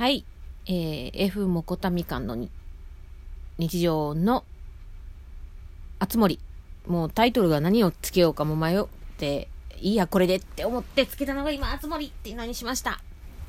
はい、F もこたみかんの日常のあつ森。もうタイトルが何をつけようかも迷って、いいやこれでって思ってつけたのが今あつ森っていうのにしました。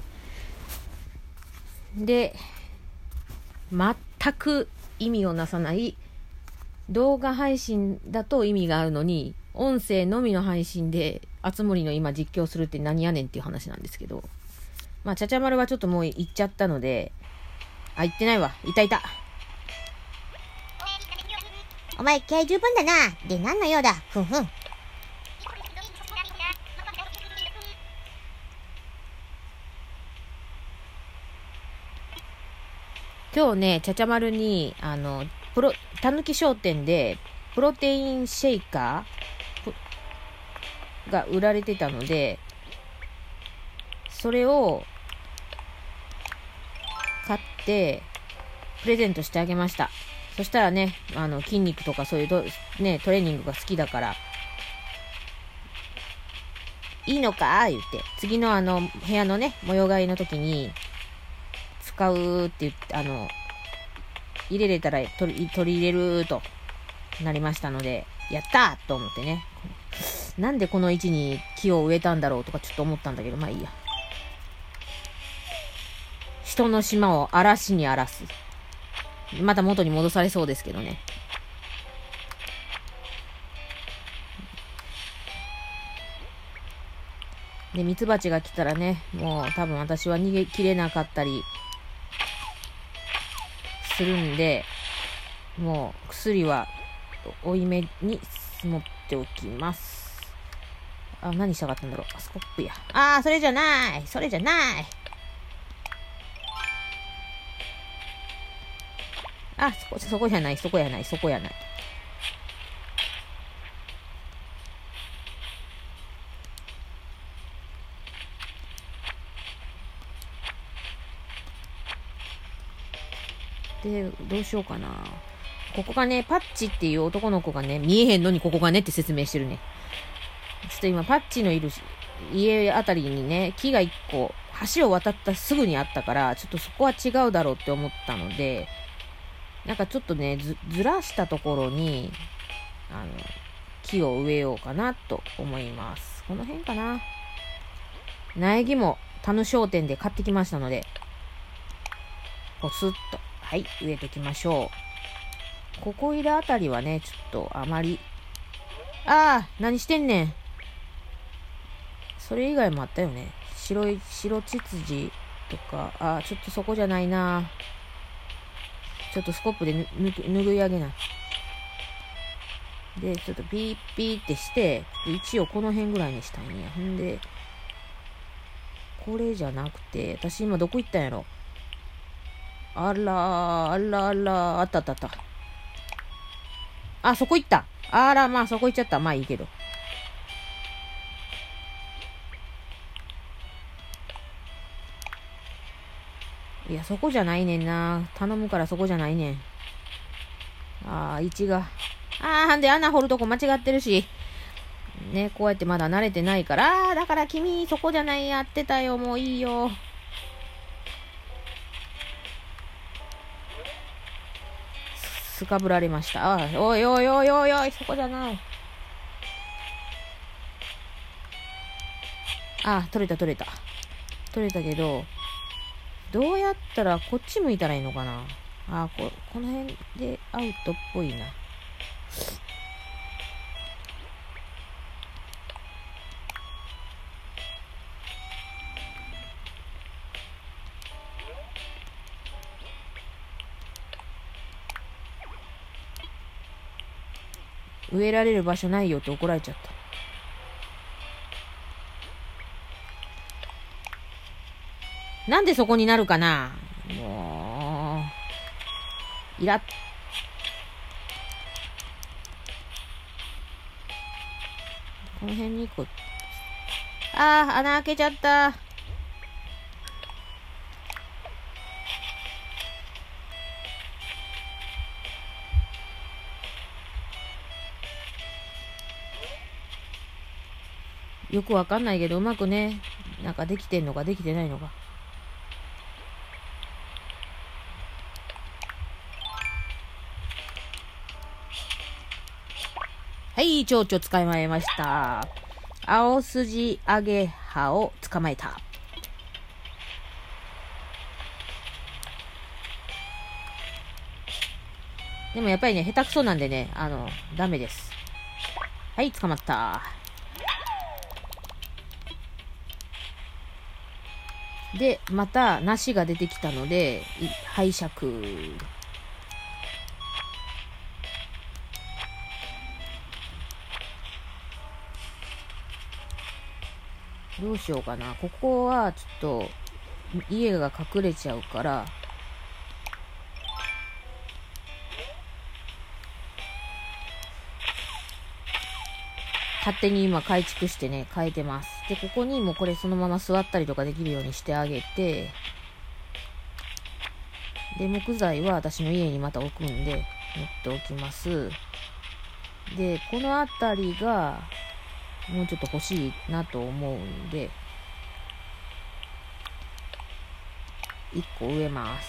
で、全く意味をなさない動画配信だと意味があるのに、音声のみの配信であつ森の今実況するって何やねんっていう話なんですけど、まあちゃちゃ丸はちょっともう行っちゃったので、行ってないわ。いた。 お前気合十分だな。で、何の用だ。ふんふん。 今日ね、ちゃちゃ丸にたぬき商店でプロテインシェイカーが売られてたので、それを買ってプレゼントしてあげました。そしたらね、筋肉とかそういうトレーニングが好きだから、いいのか言って、次の部屋のね、模様替えの時に使うって言って、入れれたら取り入れるとなりましたので、やったーと思ってね。なんでこの位置に木を植えたんだろうとかちょっと思ったんだけど、まあいいや。人の島を嵐に荒らす。また元に戻されそうですけどね。で、ミツバチが来たらね、もう多分私は逃げきれなかったりするんで、もう薬は多いめに持っておきます。何したかったんだろう。スコップや。それじゃない。そこやない。で、どうしようかな。ここがね、パッチっていう男の子がね、見えへんのにここがねって説明してるね。ちょっと今、パッチのいる家あたりにね、木が一個、橋を渡ったすぐにあったから、ちょっとそこは違うだろうって思ったので、なんかちょっとね、ずらしたところに、木を植えようかなと思います。この辺かな。苗木も田野商店で買ってきましたので、ポスッと、はい、植えときましょう。ここいらあたりはね、ちょっとあまり、何してんねん。それ以外もあったよね。白ツツジとか、ちょっとそこじゃないな。ちょっとスコップで拭い上げな。で、ちょっとピーピーってして、一応この辺ぐらいにしたいんや。ほんで、これじゃなくて、私今どこ行ったんやろ。あった。そこ行った。まあそこ行っちゃった。まあいいけど。いや、そこじゃないねんな。頼むからそこじゃないねん。位置が。んで穴掘るとこ間違ってるし。ね、こうやってまだ慣れてないから。だから君、そこじゃないやってたよ。もういいよ。すかぶられました。おい、そこじゃない。取れたけど、どうやったらこっち向いたらいいのかな。この辺でアウトっぽいな。植えられる場所ないよって怒られちゃった。なんでそこになるかな。もう、イラッ。この辺に1個。穴開けちゃった。よくわかんないけど、うまくね、なんかできてんのかできてないのか。 はい、蝶々捕まえました。青筋アゲハを捕まえた。でもやっぱりね、下手くそなんでね、ダメです。はい、捕まった。で、また、梨が出てきたので、拝借。どうしようかな。ここは、ちょっと、家が隠れちゃうから、勝手に今改築してね、変えてます。で、ここにもこれそのまま座ったりとかできるようにしてあげて、で、木材は私の家にまた置くんで、持っておきます。で、この辺りが、もうちょっと欲しいなと思うんで、1個植えます。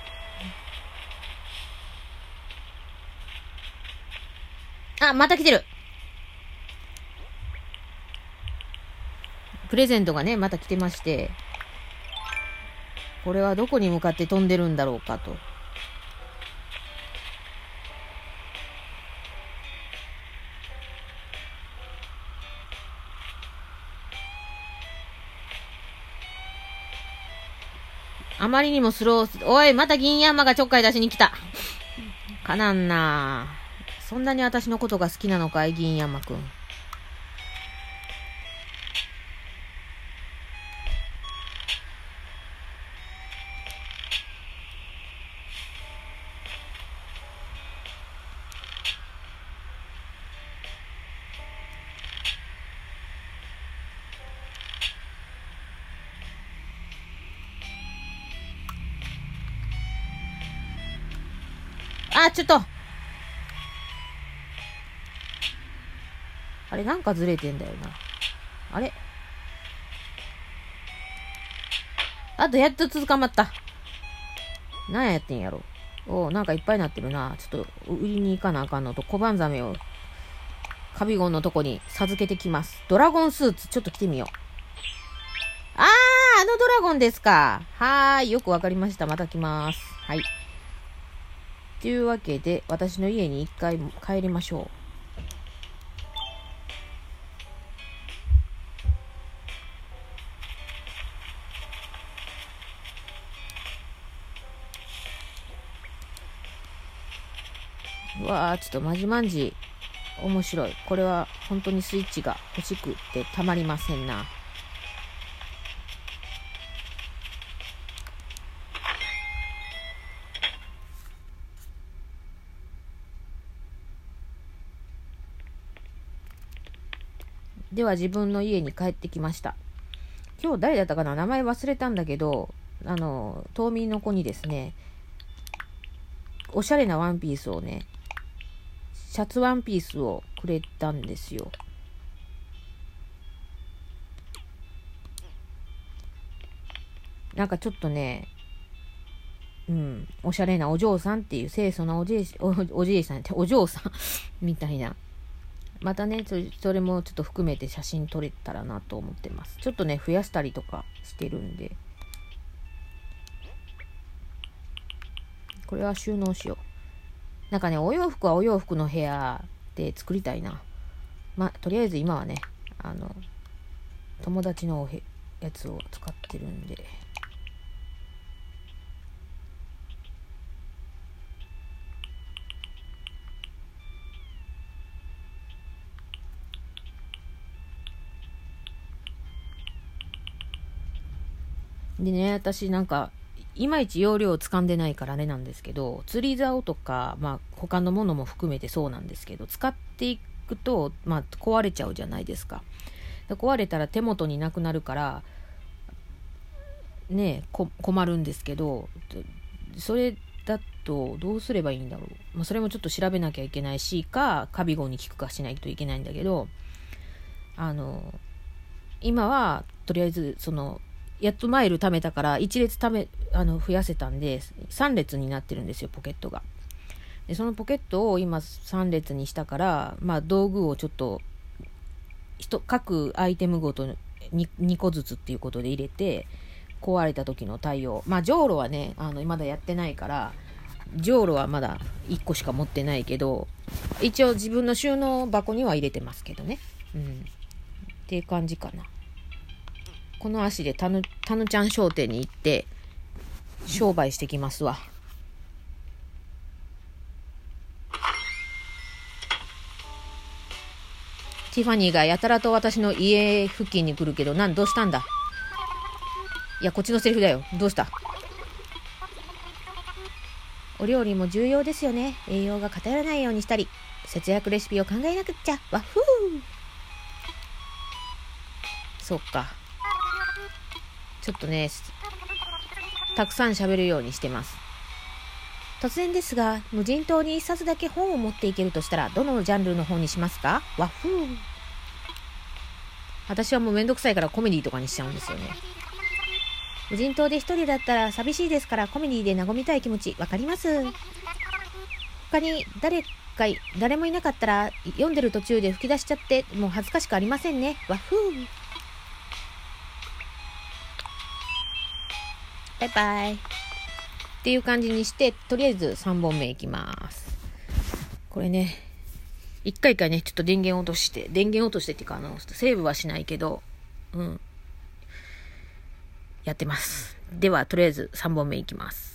あ、また来てる。プレゼントがね、また来てまして、これはどこに向かって飛んでるんだろうかと。あまりにもスロー、おい、また銀山がちょっかい出しに来た。かなんな。そんなに私のことが好きなのかい、銀山くん。あ、ちょっと。あれ、なんかずれてんだよな。あれあとやっと捕まった。何やってんやろ。なんかいっぱいなってるな。ちょっと売りに行かなあかんのと、小判ザメをカビゴンのとこに授けてきます。ドラゴンスーツ、ちょっと着てみよう。あのドラゴンですか。はーい、よくわかりました。また来ます。はい。というわけで、私の家に一回帰りましょう。うわー、ちょっとまじまんじ、面白い。これは本当にスイッチが欲しくってたまりませんな。では自分の家に帰ってきました。今日誰だったかな、名前忘れたんだけど、島民の子にですね、おしゃれなワンピースをね、シャツワンピースをくれたんですよ。なんかちょっとね、おしゃれなお嬢さんっていう清楚なおじいさんってお嬢さんみたいな。またね、それもちょっと含めて写真撮れたらなと思ってます。ちょっとね、増やしたりとかしてるんで。これは収納しよう。なんかね、お洋服はお洋服の部屋で作りたいな。とりあえず今はね、友達のやつを使ってるんで。でね、私なんか、いまいち容量を掴んでないからあれなんですけど、釣り竿とか、他のものも含めてそうなんですけど、使っていくと、壊れちゃうじゃないですか。壊れたら手元になくなるから、ね、困るんですけど、それだとどうすればいいんだろう。それもちょっと調べなきゃいけないし、カビゴンに聞くかしないといけないんだけど、今は、とりあえず、やっとマイル貯めたから1列増やせたんで3列になってるんですよ、ポケットが。 でそのポケットを今3列にしたから、道具をちょっと各アイテムごとに 2個ずつっていうことで入れて、壊れた時の対応。じょうろはね、まだやってないから、じょうろはまだ1個しか持ってないけど、一応自分の収納箱には入れてますけどね。っていう感じかな。この足でたぬちゃん商店に行って商売してきますわ。ティファニーがやたらと私の家付近に来るけど、どうしたんだ。いや、こっちのセリフだよ。どうした。お料理も重要ですよね。栄養が偏らないようにしたり、節約レシピを考えなくっちゃ。わっふー。そっか。ちょっとね、たくさん喋るようにしてます。突然ですが、無人島に一冊だけ本を持っていけるとしたら、どのジャンルの本にしますか？わっふー。私はもうめんどくさいからコメディとかにしちゃうんですよね。無人島で一人だったら寂しいですから、コメディで和みたい気持ちわかります。他に誰もいなかったら、読んでる途中で吹き出しちゃってもう恥ずかしくありませんね。わっふー。バイバイっていう感じにして、とりあえず3本目いきます。これね、一回ね、ちょっと電源落としてっていうか、セーブはしないけど、やってます。では、とりあえず3本目いきます。